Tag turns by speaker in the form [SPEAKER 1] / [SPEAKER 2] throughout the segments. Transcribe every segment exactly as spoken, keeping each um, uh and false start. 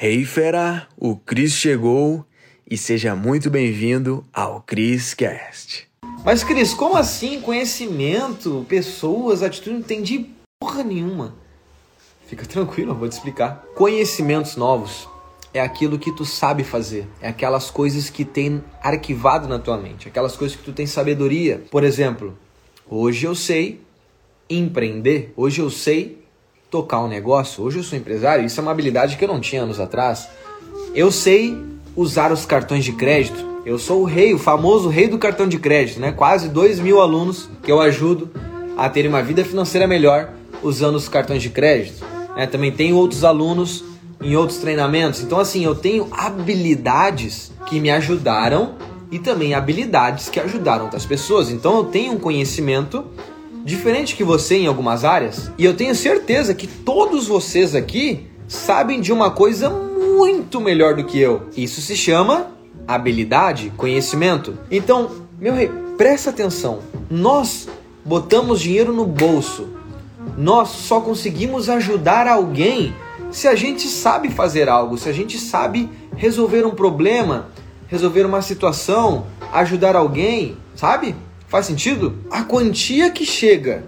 [SPEAKER 1] Hey fera, o Cris chegou e seja muito bem-vindo ao CrisCast.
[SPEAKER 2] Mas Cris, como assim conhecimento, pessoas, atitude, não entendi porra nenhuma. Fica tranquilo, eu vou te explicar. Conhecimentos novos é aquilo que tu sabe fazer, é aquelas coisas que tem arquivado na tua mente, aquelas coisas que tu tem sabedoria. Por exemplo, hoje eu sei empreender, hoje eu sei tocar um negócio, hoje eu sou empresário, isso é uma habilidade que eu não tinha anos atrás. Eu sei usar os cartões de crédito, eu sou o rei, o famoso rei do cartão de crédito, né? Quase dois mil alunos que eu ajudo a terem uma vida financeira melhor usando os cartões de crédito. Né? Também tenho outros alunos em outros treinamentos. Então assim, eu tenho habilidades que me ajudaram e também habilidades que ajudaram outras pessoas. Então eu tenho um conhecimento diferente que você em algumas áreas. E eu tenho certeza que todos vocês aqui sabem de uma coisa muito melhor do que eu. Isso se chama habilidade, conhecimento. Então, meu rei, presta atenção. Nós botamos dinheiro no bolso. Nós só conseguimos ajudar alguém se a gente sabe fazer algo, se a gente sabe resolver um problema, resolver uma situação, ajudar alguém, sabe? Faz sentido? A quantia que chega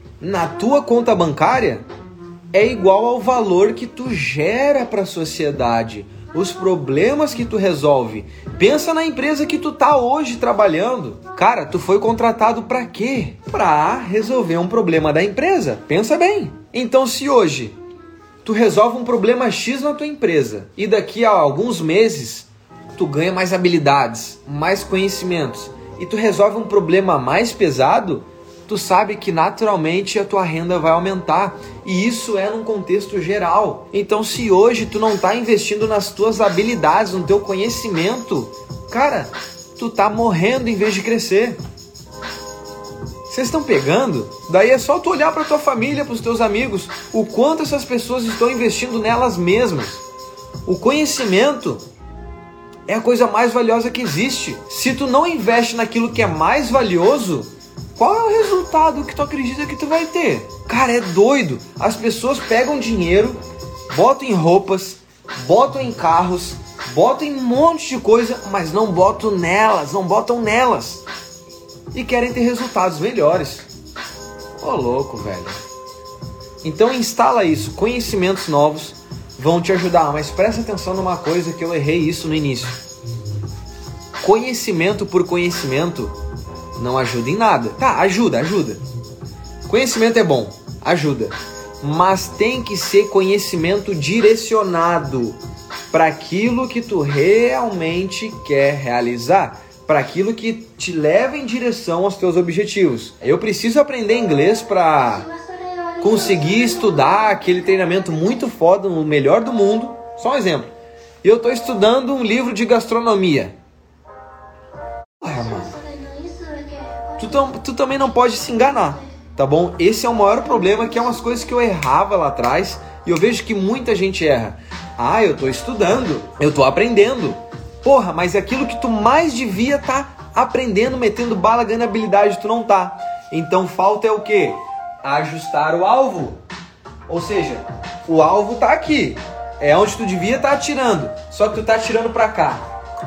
[SPEAKER 2] na tua conta bancária é igual ao valor que tu gera para a sociedade, os problemas que tu resolve. Pensa na empresa que tu tá hoje trabalhando. Cara, tu foi contratado para quê? Para resolver um problema da empresa. Pensa bem. Então, se hoje tu resolve um problema X na tua empresa e daqui a alguns meses tu ganha mais habilidades, mais conhecimentos e tu resolve um problema mais pesado, tu sabe que naturalmente a tua renda vai aumentar. E isso é num contexto geral. Então se hoje tu não tá investindo nas tuas habilidades, no teu conhecimento, cara, tu tá morrendo em vez de crescer. Vocês estão pegando? Daí é só tu olhar para tua família, para os teus amigos, o quanto essas pessoas estão investindo nelas mesmas. O conhecimento é a coisa mais valiosa que existe. Se tu não investe naquilo que é mais valioso, qual é o resultado que tu acredita que tu vai ter? Cara, é doido. As pessoas pegam dinheiro, botam em roupas, botam em carros, botam em um monte de coisa, mas não botam nelas, não botam nelas. E querem ter resultados melhores. Ô louco, velho. Então instala isso. Conhecimentos novos vão te ajudar. Mas presta atenção numa coisa que eu errei isso no início. Conhecimento por conhecimento não ajuda em nada. Tá, ajuda, ajuda. Conhecimento é bom, ajuda. Mas tem que ser conhecimento direcionado para aquilo que tu realmente quer realizar. Para aquilo que te leva em direção aos teus objetivos. Eu preciso aprender inglês para conseguir estudar aquele treinamento muito foda, o melhor do mundo. Só um exemplo. Eu estou estudando um livro de gastronomia. Ah, mano. Tu, tam, tu também não pode se enganar, tá bom? Esse é o maior problema, que é umas coisas que eu errava lá atrás e eu vejo que muita gente erra. Ah, eu estou estudando, eu estou aprendendo. Porra, mas é aquilo que tu mais devia estar tá aprendendo, metendo bala, ganhando habilidade, tu não tá. Então falta é o quê? Ajustar o alvo. Ou seja, o alvo tá aqui. É onde tu devia estar tá atirando. Só que tu tá atirando pra cá.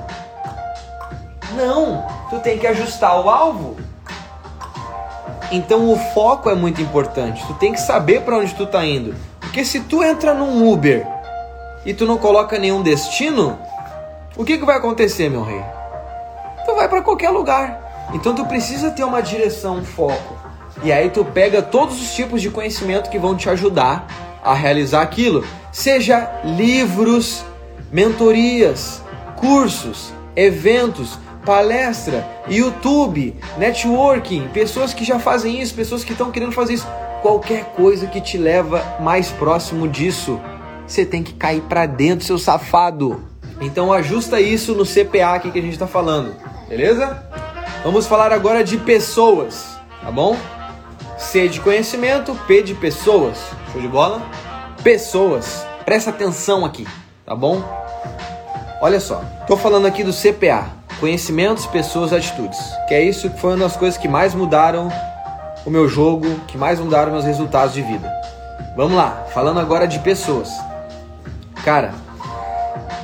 [SPEAKER 2] Não, tu tem que ajustar o alvo. Então o foco é muito importante. Tu tem que saber pra onde tu tá indo. Porque se tu entra num Uber e tu não coloca nenhum destino, o que que vai acontecer, meu rei? Tu vai para qualquer lugar. Então tu precisa ter uma direção, um foco. E aí tu pega todos os tipos de conhecimento que vão te ajudar a realizar aquilo. Seja livros, mentorias, cursos, eventos, palestra, YouTube, networking, pessoas que já fazem isso, pessoas que estão querendo fazer isso. Qualquer coisa que te leva mais próximo disso, você tem que cair para dentro, seu safado. Então ajusta isso no C P A aqui que a gente está falando, beleza? Vamos falar agora de pessoas, tá bom? C de conhecimento, P de pessoas. Show de bola? Pessoas. Presta atenção aqui, tá bom? Olha só, tô falando aqui do C P A. Conhecimentos, pessoas, atitudes. Que é isso que foi uma das coisas que mais mudaram o meu jogo, que mais mudaram meus resultados de vida. Vamos lá, falando agora de pessoas. Cara,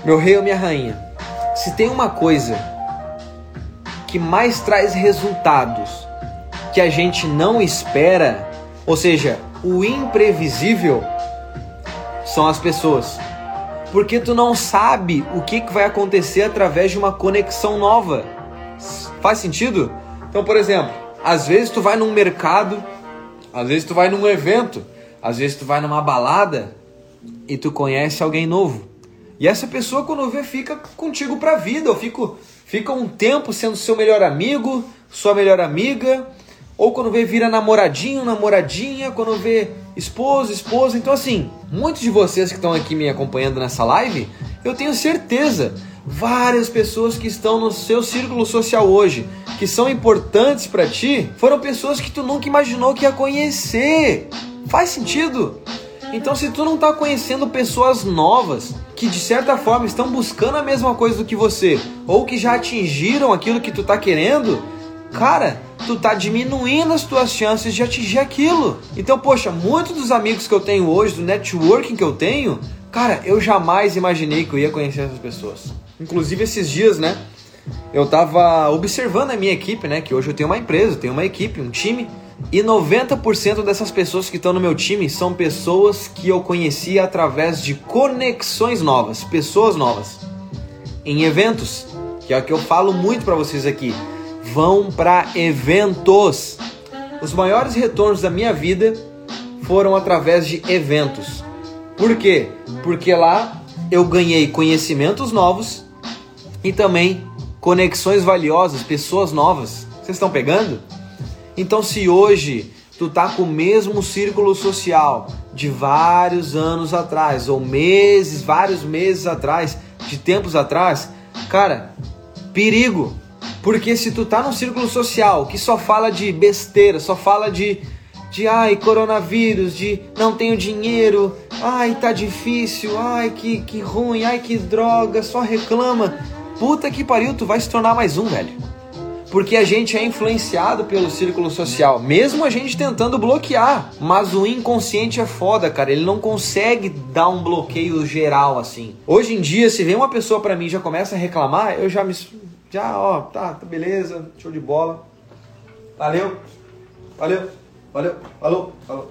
[SPEAKER 2] Meu rei ou minha rainha, se tem uma coisa que mais traz resultados que a gente não espera, ou seja, o imprevisível, são as pessoas. Porque tu não sabe o que vai acontecer através de uma conexão nova. Faz sentido? Então, por exemplo, às vezes tu vai num mercado, às vezes tu vai num evento, às vezes tu vai numa balada e tu conhece alguém novo. E essa pessoa, quando vê, fica contigo pra vida, ou fica, fica um tempo sendo seu melhor amigo, sua melhor amiga, ou quando vê, vira namoradinho, namoradinha, quando vê esposo, esposa. Então assim, muitos de vocês que estão aqui me acompanhando nessa live, eu tenho certeza, várias pessoas que estão no seu círculo social hoje, que são importantes pra ti, foram pessoas que tu nunca imaginou que ia conhecer. Faz sentido? Então se tu não tá conhecendo pessoas novas, que de certa forma estão buscando a mesma coisa do que você, ou que já atingiram aquilo que tu tá querendo, cara, tu tá diminuindo as tuas chances de atingir aquilo. Então, poxa, muitos dos amigos que eu tenho hoje, do networking que eu tenho, cara, eu jamais imaginei que eu ia conhecer essas pessoas. Inclusive esses dias, né, eu tava observando a minha equipe, né, que hoje eu tenho uma empresa, eu tenho uma equipe, um time, e noventa por cento dessas pessoas que estão no meu time são pessoas que eu conheci através de conexões novas, pessoas novas. Em eventos, que é o que eu falo muito pra vocês aqui, vão para eventos. Os maiores retornos da minha vida foram através de eventos. Por quê? Porque lá eu ganhei conhecimentos novos e também conexões valiosas, pessoas novas. Vocês estão pegando? Então se hoje tu tá com o mesmo círculo social de vários anos atrás, ou meses, vários meses atrás, de tempos atrás, cara, perigo. Porque se tu tá num círculo social que só fala de besteira, só fala de, de ai, coronavírus, de não tenho dinheiro, ai, tá difícil, ai, que, que ruim, ai, que droga, só reclama. Puta que pariu, tu vai se tornar mais um, velho. Porque a gente é influenciado pelo círculo social, mesmo a gente tentando bloquear. Mas o inconsciente é foda, cara, ele não consegue dar um bloqueio geral assim. Hoje em dia, se vem uma pessoa pra mim e já começa a reclamar, eu já me... Já, ó, tá, tá, beleza, show de bola. Valeu, valeu, valeu, falou, falou.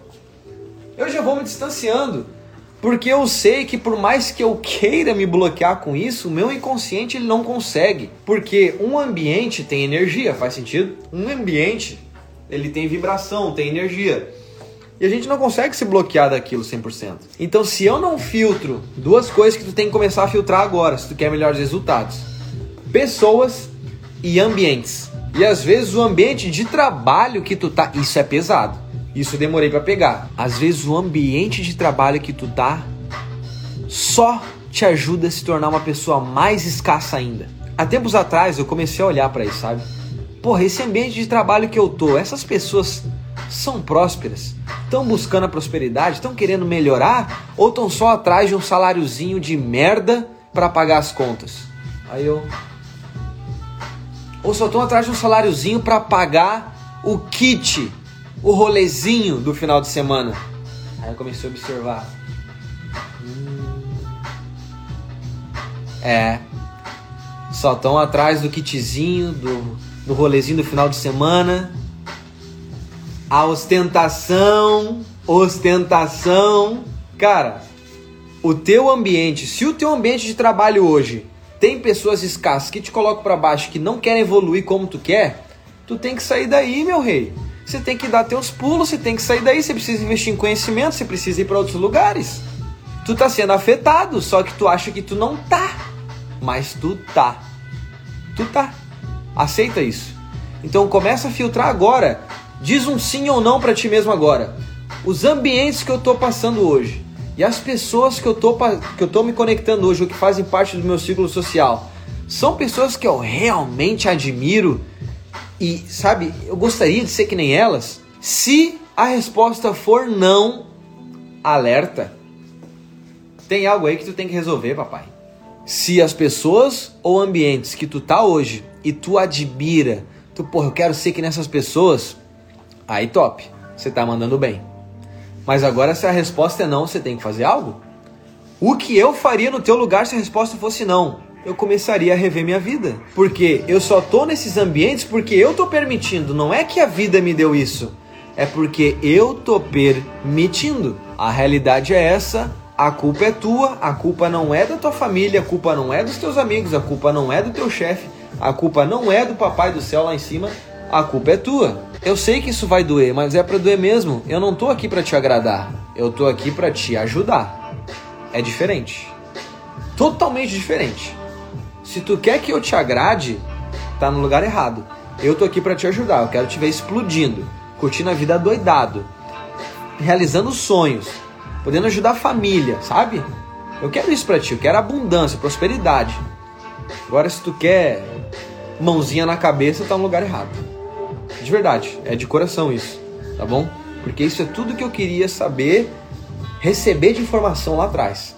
[SPEAKER 2] Eu já vou me distanciando, porque eu sei que por mais que eu queira me bloquear com isso, o meu inconsciente ele não consegue. Porque um ambiente tem energia, faz sentido? Um ambiente, ele tem vibração, tem energia. E a gente não consegue se bloquear daquilo cem por cento. Então se eu não filtro, duas coisas que tu tem que começar a filtrar agora, se tu quer melhores resultados. Pessoas e ambientes. E às vezes o ambiente de trabalho que tu tá, isso é pesado. Isso eu demorei pra pegar. Às vezes o ambiente de trabalho que tu tá só te ajuda a se tornar uma pessoa mais escassa ainda. Há tempos atrás eu comecei a olhar pra isso, sabe? Porra, esse ambiente de trabalho que eu tô, essas pessoas são prósperas? Estão buscando a prosperidade? Estão querendo melhorar? Ou estão só atrás de um saláriozinho de merda pra pagar as contas? Aí eu... Ou só estão atrás de um saláriozinho para pagar o kit, o rolezinho do final de semana. Aí eu comecei a observar. Hum... É, só estão atrás do kitzinho, do, do rolezinho do final de semana. A ostentação, ostentação. Cara, o teu ambiente, se o teu ambiente de trabalho hoje tem pessoas escassas que te colocam pra baixo, que não querem evoluir como tu quer, tu tem que sair daí, meu rei. Você tem que dar teus pulos, você tem que sair daí, você precisa investir em conhecimento, você precisa ir pra outros lugares. Tu tá sendo afetado, só que tu acha que tu não tá. Mas tu tá. Tu tá. Aceita isso. Então começa a filtrar agora. Diz um sim ou não pra ti mesmo agora. Os ambientes que eu tô passando hoje e as pessoas que eu tô, que eu tô me conectando hoje, ou que fazem parte do meu círculo social, são pessoas que eu realmente admiro e, sabe, eu gostaria de ser que nem elas? Se a resposta for não, alerta. Tem algo aí que tu tem que resolver, papai. Se as pessoas ou ambientes que tu tá hoje e tu admira, tu, porra, eu quero ser que nessas pessoas, aí top, você tá mandando bem. Mas agora se a resposta é não, você tem que fazer algo? O que eu faria no teu lugar se a resposta fosse não? Eu começaria a rever minha vida. Porque eu só tô nesses ambientes porque eu tô permitindo. Não é que a vida me deu isso. É porque eu tô permitindo. A realidade é essa. A culpa é tua. A culpa não é da tua família. A culpa não é dos teus amigos. A culpa não é do teu chefe. A culpa não é do papai do céu lá em cima. A culpa é tua. Eu sei que isso vai doer, mas é pra doer mesmo. Eu não tô aqui pra te agradar. Eu tô aqui pra te ajudar. É diferente. Totalmente diferente. Se tu quer que eu te agrade, tá no lugar errado. Eu tô aqui pra te ajudar. Eu quero te ver explodindo, curtindo a vida doidado, realizando sonhos, podendo ajudar a família, sabe? Eu quero isso pra ti. Eu quero abundância, prosperidade. Agora, se tu quer mãozinha na cabeça, tá no lugar errado. De verdade, é de coração isso, tá bom? Porque isso é tudo que eu queria saber, receber de informação lá atrás.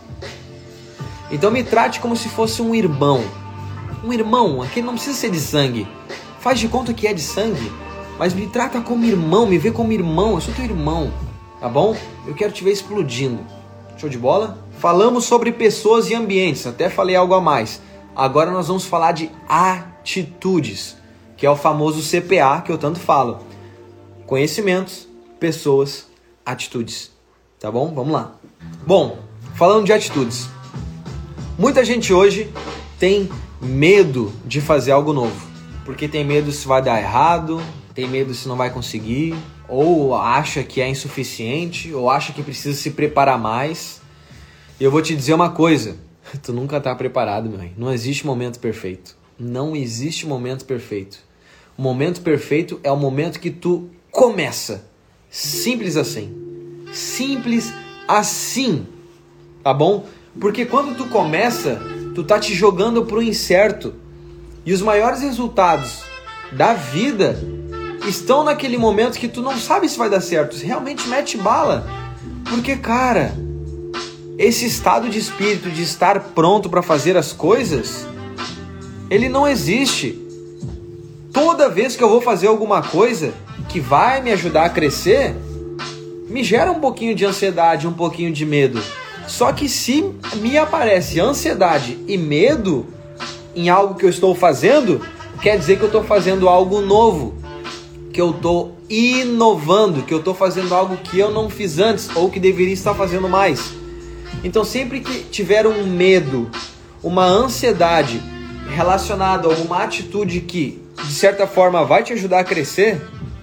[SPEAKER 2] Então me trate como se fosse um irmão. Um irmão, aquele não precisa ser de sangue. Faz de conta que é de sangue, mas me trata como irmão, me vê como irmão. Eu sou teu irmão, tá bom? Eu quero te ver explodindo. Show de bola? Falamos sobre pessoas e ambientes, até falei algo a mais. Agora nós vamos falar de atitudes, que é o famoso C P A que eu tanto falo. Conhecimentos, pessoas, atitudes. Tá bom? Vamos lá. Bom, falando de atitudes. Muita gente hoje tem medo de fazer algo novo. Porque tem medo se vai dar errado, tem medo se não vai conseguir, ou acha que é insuficiente, ou acha que precisa se preparar mais. E eu vou te dizer uma coisa. Tu nunca tá preparado, meu rei. Não existe momento perfeito. Não existe momento perfeito. O momento perfeito é o momento que tu começa. Simples assim. Simples assim. Tá bom? Porque quando tu começa, tu tá te jogando pro incerto. E os maiores resultados da vida estão naquele momento que tu não sabe se vai dar certo. Você realmente mete bala. Porque, cara, esse estado de espírito de estar pronto para fazer as coisas, ele não existe. Toda vez que eu vou fazer alguma coisa que vai me ajudar a crescer, me gera um pouquinho de ansiedade, um pouquinho de medo. Só que se me aparece ansiedade e medo em algo que eu estou fazendo, quer dizer que eu estou fazendo algo novo, que eu estou inovando, que eu estou fazendo algo que eu não fiz antes ou que deveria estar fazendo mais. Então sempre que tiver um medo, uma ansiedade relacionada a alguma atitude que de certa forma vai te ajudar a crescer,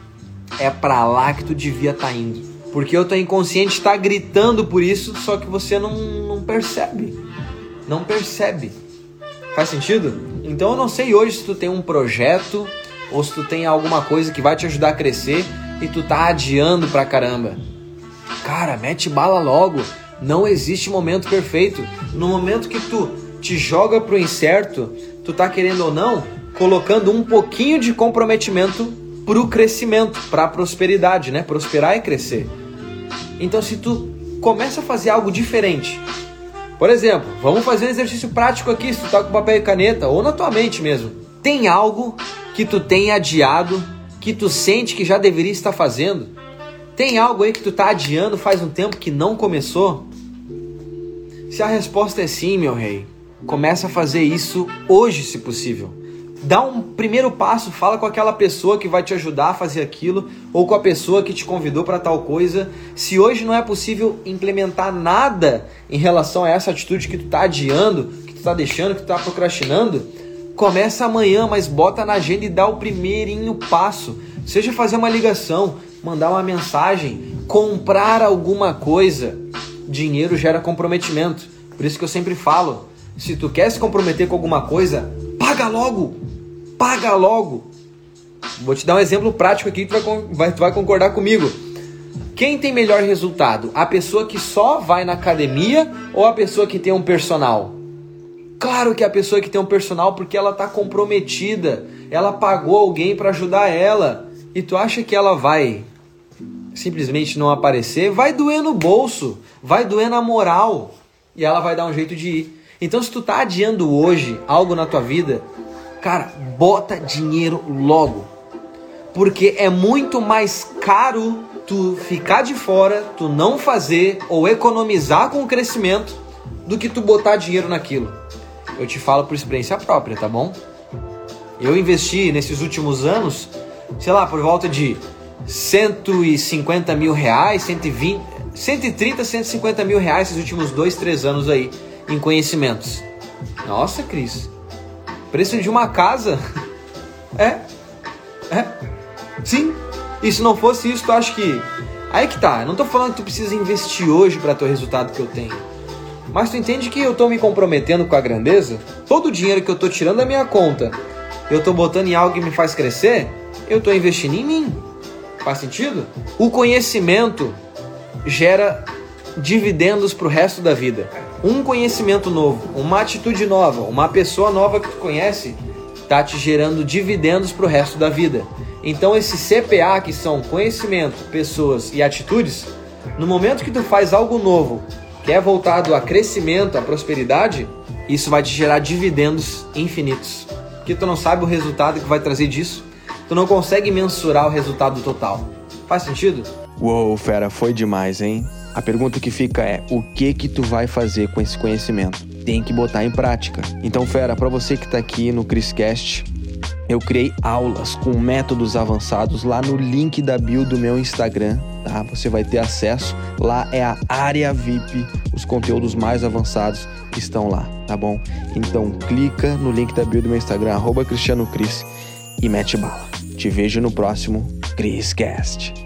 [SPEAKER 2] é pra lá que tu devia estar indo. Porque o teu inconsciente está gritando por isso, só que você não, não percebe. Não percebe. Faz sentido? Então eu não sei hoje se tu tem um projeto ou se tu tem alguma coisa que vai te ajudar a crescer e tu tá adiando pra caramba. Cara, mete bala logo. Não existe momento perfeito. No momento que tu te joga pro incerto, tu tá querendo ou não, colocando um pouquinho de comprometimento pro crescimento, pra prosperidade, né? Prosperar e crescer. Então se tu começa a fazer algo diferente, por exemplo, vamos fazer um exercício prático aqui, se tu tá com papel e caneta, ou na tua mente mesmo. Tem algo que tu tem adiado, que tu sente que já deveria estar fazendo? Tem algo aí que tu tá adiando faz um tempo que não começou? Se a resposta é sim, meu rei, começa a fazer isso hoje, se possível. Dá um primeiro passo, fala com aquela pessoa que vai te ajudar a fazer aquilo, ou com a pessoa que te convidou para tal coisa. Se hoje não é possível implementar nada em relação a essa atitude que tu tá adiando, que tu tá deixando, que tu tá procrastinando, começa amanhã, mas bota na agenda e dá o primeirinho passo. Seja fazer uma ligação, mandar uma mensagem, comprar alguma coisa. Dinheiro gera comprometimento. Por isso que eu sempre falo, se tu quer se comprometer com alguma coisa, paga logo. Paga logo. Vou te dar um exemplo prático aqui que tu vai, vai, tu vai concordar comigo. Quem tem melhor resultado? A pessoa que só vai na academia ou a pessoa que tem um personal? Claro que é a pessoa que tem um personal, porque ela está comprometida. Ela pagou alguém para ajudar ela. E tu acha que ela vai simplesmente não aparecer? Vai doer no bolso. Vai doer na moral. E ela vai dar um jeito de ir. Então se tu tá adiando hoje algo na tua vida, cara, bota dinheiro logo. Porque é muito mais caro tu ficar de fora, tu não fazer ou economizar com o crescimento, do que tu botar dinheiro naquilo. Eu te falo por experiência própria, tá bom? Eu investi nesses últimos anos, sei lá, por volta de cento e cinquenta mil reais, cento e vinte, cento e trinta, cento e cinquenta mil reais esses últimos dois, três anos aí em conhecimentos. Nossa, Cris, preço de uma casa? É, é, sim. E se não fosse isso, tu acha que... Aí que tá, eu não tô falando que tu precisa investir hoje para ter o resultado que eu tenho. Mas tu entende que eu tô me comprometendo com a grandeza? Todo o dinheiro que eu tô tirando da minha conta, eu tô botando em algo que me faz crescer, eu tô investindo em mim. Faz sentido? O conhecimento gera dividendos pro resto da vida. Um conhecimento novo, uma atitude nova, uma pessoa nova que tu conhece, tá te gerando dividendos pro resto da vida. Então esse C P A, que são conhecimento, pessoas e atitudes, no momento que tu faz algo novo, que é voltado a crescimento, a prosperidade, isso vai te gerar dividendos infinitos. Porque tu não sabe o resultado que vai trazer disso, tu não consegue mensurar o resultado total. Faz sentido?
[SPEAKER 1] Uou, fera, foi demais, hein? A pergunta que fica é, o que que tu vai fazer com esse conhecimento? Tem que botar em prática. Então, fera, para você que tá aqui no ChrisCast, eu criei aulas com métodos avançados lá no link da bio do meu Instagram, tá? Você vai ter acesso. Lá é a área V I P, os conteúdos mais avançados estão lá, tá bom? Então clica no link da bio do meu Instagram, arroba Cristiano Cris, e mete bala. Te vejo no próximo ChrisCast.